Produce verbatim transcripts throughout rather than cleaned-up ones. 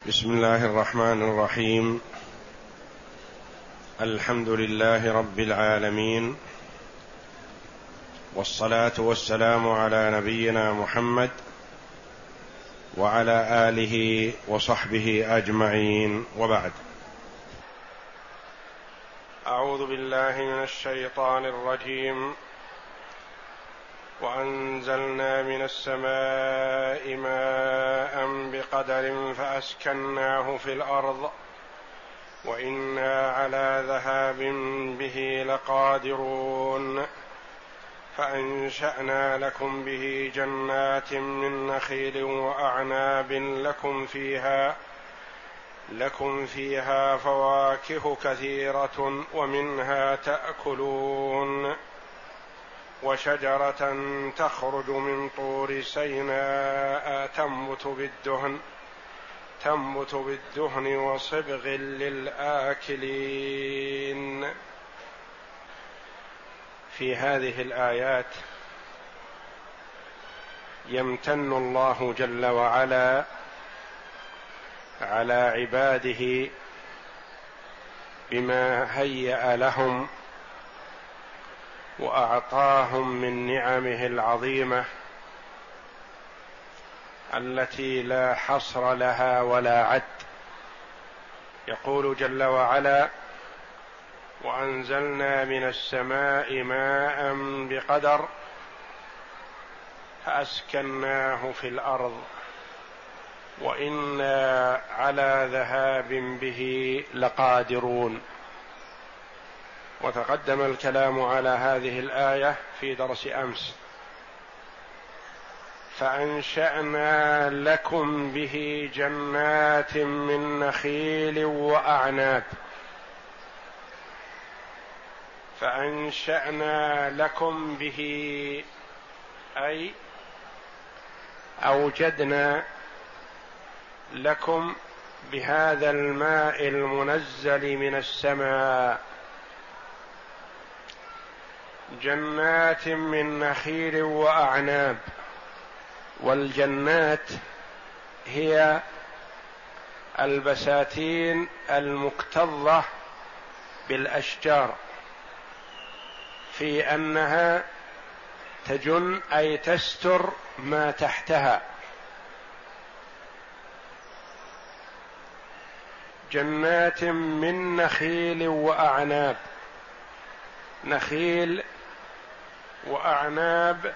بسم الله الرحمن الرحيم. الحمد لله رب العالمين، والصلاة والسلام على نبينا محمد وعلى آله وصحبه أجمعين، وبعد. أعوذ بالله من الشيطان الرجيم. وأنزلنا من السماء ماء بقدر فأسكناه في الأرض وإنا على ذهاب به لقادرون فأنشأنا لكم به جنات من نخيل وأعناب لكم فيها لكم فيها فواكه كثيرة ومنها تأكلون وشجرة تخرج من طور سيناء تنبت بالدهن تنبت بالدهن وصبغ للآكلين. في هذه الآيات يمتن الله جل وعلا على عباده بما هيأ لهم وأعطاهم من نعمه العظيمة التي لا حصر لها ولا عد. يقول جل وعلا: وأنزلنا من السماء ماء بقدر فأسكناه في الأرض وإنا على ذهاب به لقادرون. وتقدم الكلام على هذه الآية في درس أمس. فأنشأنا لكم به جنات من نخيل وأعناب. فأنشأنا لكم به أي أوجدنا لكم بهذا الماء المنزل من السماء جنات من نخيل وأعناب. والجنات هي البساتين المكتظة بالأشجار، في أنها تجن أي تستر ما تحتها. جنات من نخيل وأعناب. نخيل وأعناب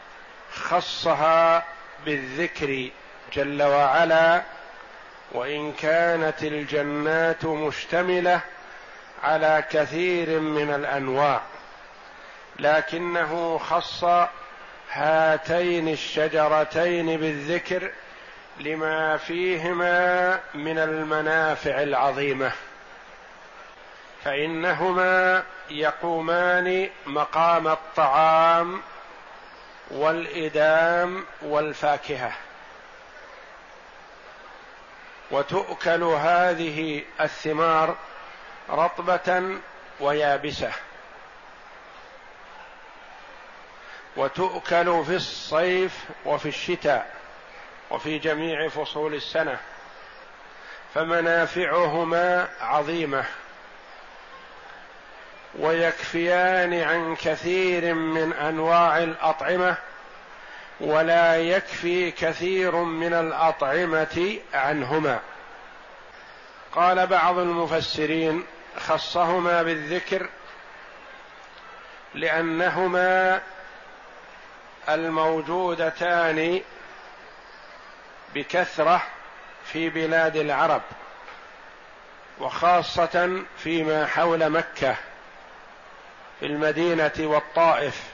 خصها بالذكر جل وعلا، وإن كانت الجنات مشتملة على كثير من الأنواع، لكنه خص هاتين الشجرتين بالذكر لما فيهما من المنافع العظيمة، فإنهما يقومان مقام الطعام والإدام والفاكهة. وتؤكل هذه الثمار رطبة ويابسة، وتؤكل في الصيف وفي الشتاء وفي جميع فصول السنة، فمنافعهما عظيمة ويكفيان عن كثير من أنواع الأطعمة، ولا يكفي كثير من الأطعمة عنهما. قال بعض المفسرين: خصهما بالذكر لأنهما الموجودتان بكثرة في بلاد العرب، وخاصة فيما حول مكة في المدينة والطائف،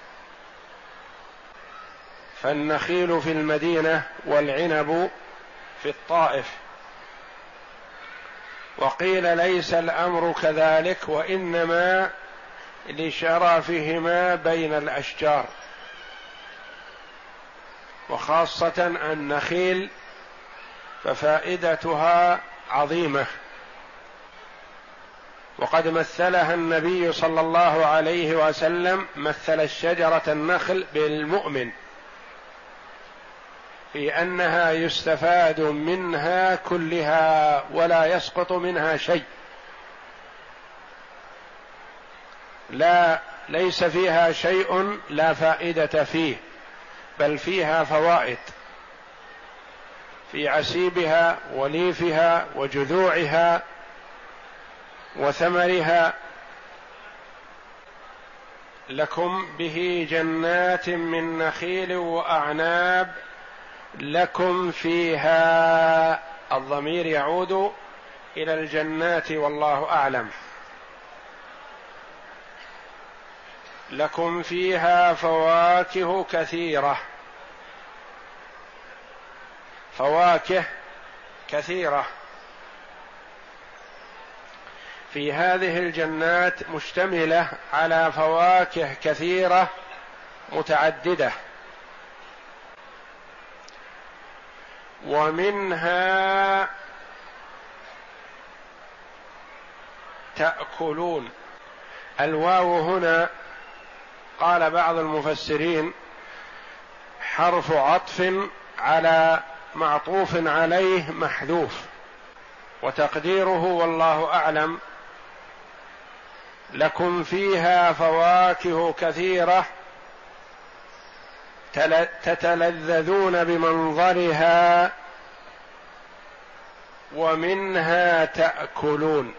فالنخيل في المدينة والعنب في الطائف. وقيل ليس الأمر كذلك، وإنما لشرفهما بين الأشجار، وخاصة النخيل ففائدتها عظيمة. وقد مثلها النبي صلى الله عليه وسلم، مثل الشجرة النخل بالمؤمن، في أنها يستفاد منها كلها ولا يسقط منها شيء، لا ليس فيها شيء لا فائدة فيه، بل فيها فوائد في عسيبها وليفها وجذوعها وثمرها. لكم به جنات من نخيل وأعناب لكم فيها، الضمير يعود إلى الجنات والله أعلم. لكم فيها فواكه كثيرة، فواكه كثيرة في هذه الجنات مشتملة على فواكه كثيرة متعددة، ومنها تأكلون. الواو هنا قال بعض المفسرين حرف عطف على معطوف عليه محذوف، وتقديره والله أعلم لكم فيها فواكه كثيرة تتلذذون بمنظرها ومنها تأكلون.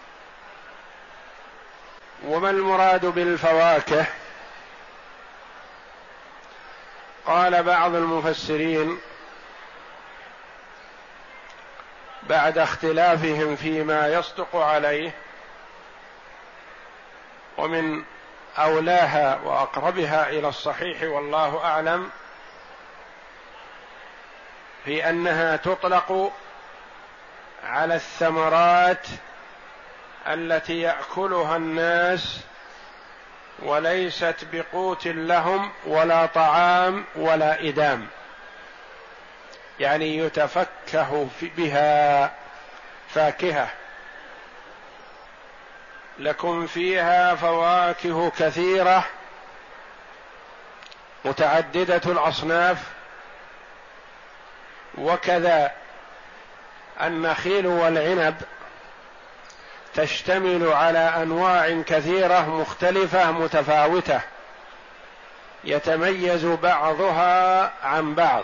وما المراد بالفواكه؟ قال بعض المفسرين بعد اختلافهم فيما يصدق عليه، ومن أولاها وأقربها إلى الصحيح والله أعلم في أنها تطلق على الثمرات التي يأكلها الناس وليست بقوت لهم ولا طعام ولا إدام، يعني يتفكه بها فاكهة. لكم فيها فواكه كثيرة متعددة الأصناف، وكذا النخيل والعنب تشتمل على أنواع كثيرة مختلفة متفاوتة يتميز بعضها عن بعض،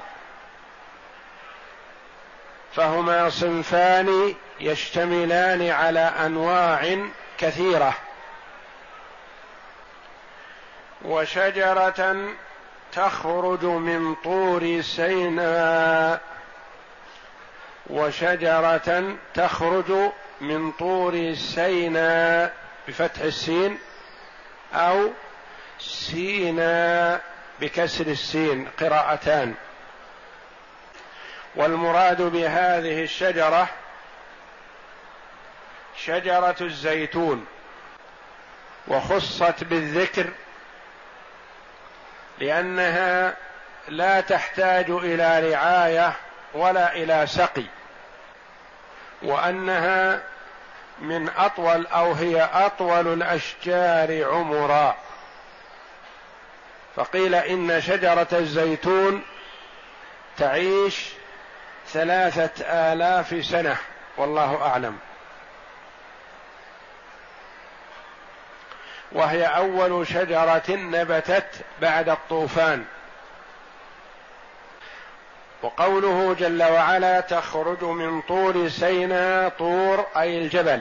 فهما صنفان يشتملان على أنواع كثيرة. وشجرة تخرج من طور سيناء، وشجرة تخرج من طور سيناء بفتح السين أو سيناء بكسر السين، قراءتان. والمراد بهذه الشجرة شجرة الزيتون، وخصت بالذكر لأنها لا تحتاج إلى رعاية ولا إلى سقي، وأنها من أطول أو هي أطول الأشجار عمرا، فقيل إن شجرة الزيتون تعيش ثلاثة آلاف سنة والله أعلم، وهي أول شجرة نبتت بعد الطوفان. وقوله جل وعلا تخرج من طور سيناء، طور أي الجبل،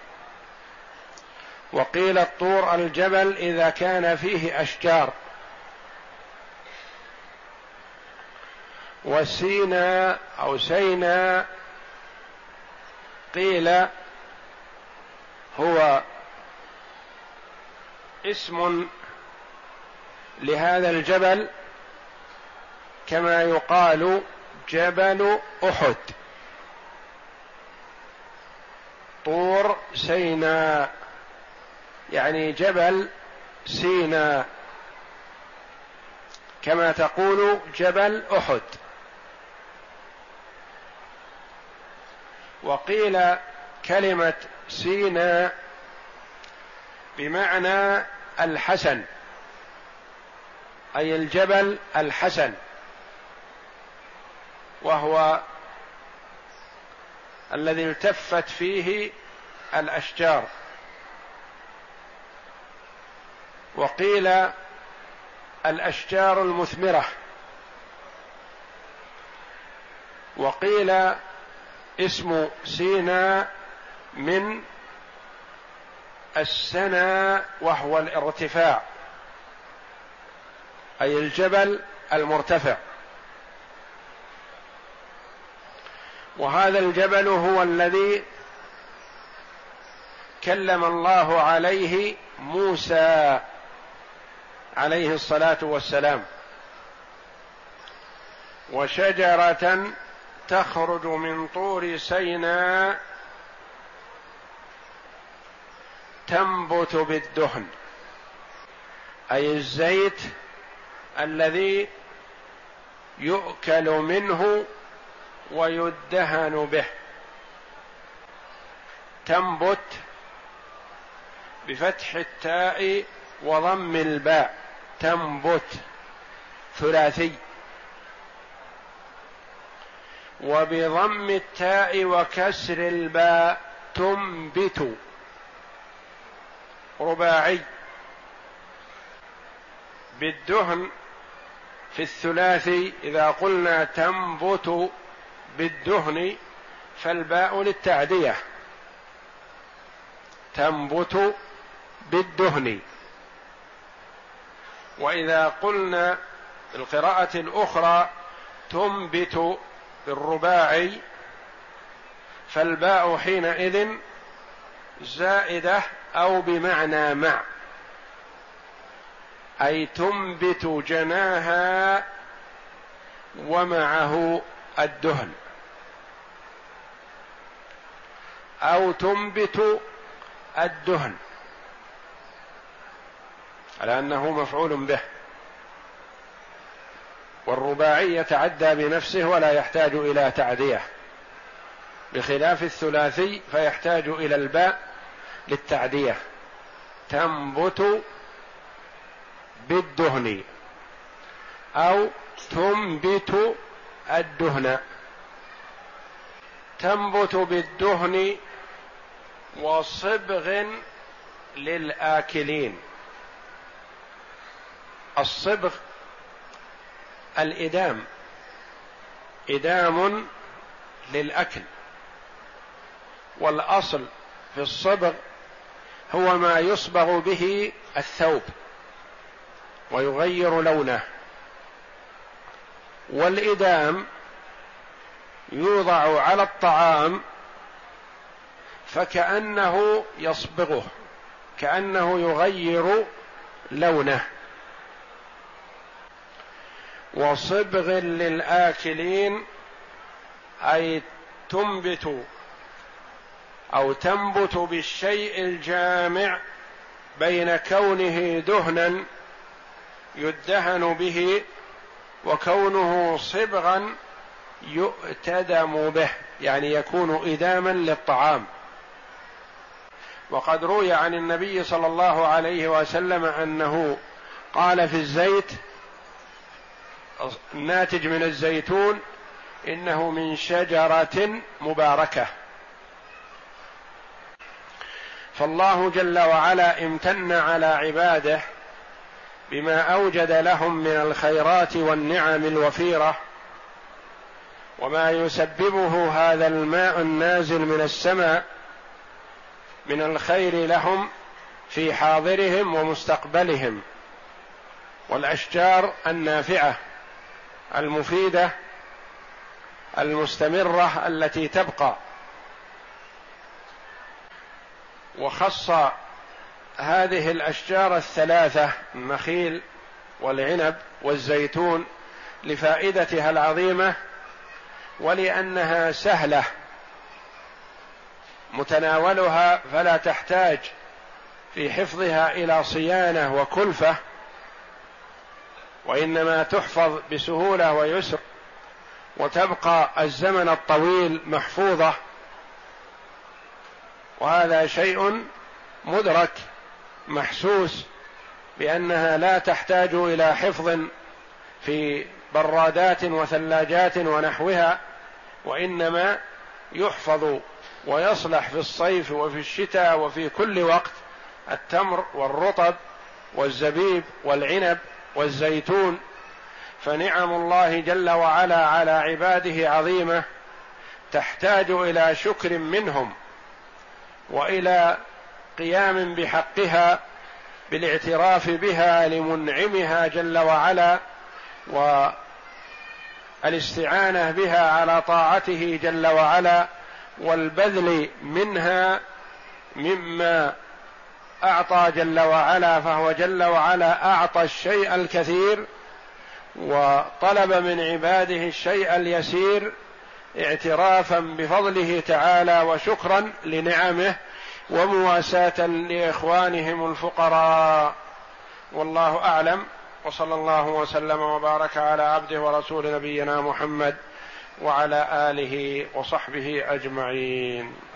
وقيل الطور الجبل إذا كان فيه أشجار. وسيناء أو سيناء قيل هو اسم لهذا الجبل، كما يقال جبل أحد، طور سيناء يعني جبل سيناء، كما تقول جبل أحد. وقيل كلمة سيناء بمعنى الحسن، أي الجبل الحسن، وهو الذي التفت فيه الأشجار، وقيل الأشجار المثمرة، وقيل اسم سيناء من السنا وهو الارتفاع، أي الجبل المرتفع. وهذا الجبل هو الذي كلم الله عليه موسى عليه الصلاة والسلام. وشجرة تخرج من طور سيناء تنبت بالدهن، أي الزيت الذي يؤكل منه ويدهن به. تنبت بفتح التاء وضم الباء، تنبت ثلاثي، وبضم التاء وكسر الباء تنبت رباعي. بالدهن في الثلاثي إذا قلنا تنبت بالدهن فالباء للتعدية، تنبت بالدهن. وإذا قلنا القراءة الأخرى تنبت بالرباعي فالباء حينئذ زائدة أو بمعنى مع، أي تنبت جناها ومعه الدهن، أو تنبت الدهن على أنه مفعول به. والرباعي يتعدى بنفسه ولا يحتاج إلى تعدية، بخلاف الثلاثي فيحتاج إلى الباء للتعدية. تنبت بالدهن أو تنبت الدهن. تنبت بالدهن وصبغ للآكلين. الصبغ الإدام، إدام للأكل. والأصل في الصبغ هو ما يصبغ به الثوب ويغير لونه، والإدام يوضع على الطعام فكأنه يصبغه، كأنه يغير لونه. وصبغ للآكلين أي تنبت أو تنبت بالشيء الجامع بين كونه دهنا يدهن به وكونه صبغا يؤتدم به، يعني يكون إداما للطعام. وقد روي عن النبي صلى الله عليه وسلم أنه قال في الزيت الناتج من الزيتون إنه من شجرة مباركة. فالله جل وعلا امتن على عباده بما أوجد لهم من الخيرات والنعم الوفيرة، وما يسببه هذا الماء النازل من السماء من الخير لهم في حاضرهم ومستقبلهم، والأشجار النافعة المفيدة المستمرة التي تبقى. وخص هذه الأشجار الثلاثة النخيل والعنب والزيتون لفائدتها العظيمة، ولأنها سهلة متناولها فلا تحتاج في حفظها إلى صيانة وكلفة، وإنما تحفظ بسهولة ويسر وتبقى الزمن الطويل محفوظة. وهذا شيء مدرك محسوس بأنها لا تحتاج إلى حفظ في برادات وثلاجات ونحوها، وإنما يحفظ ويصلح في الصيف وفي الشتاء وفي كل وقت التمر والرطب والزبيب والعنب والزيتون. فنعم الله جل وعلا على عباده عظيمة، تحتاج إلى شكر منهم وإلى قيام بحقها بالاعتراف بها لمنعمها جل وعلا، والاستعانة بها على طاعته جل وعلا، والبذل منها مما أعطى جل وعلا، فهو جل وعلا أعطى الشيء الكثير وطلب من عباده الشيء اليسير اعترافا بفضله تعالى وشكرا لنعمه ومواساة لإخوانهم الفقراء. والله أعلم، وصلى الله وسلم وبارك على عبده ورسول نبينا محمد وعلى آله وصحبه أجمعين.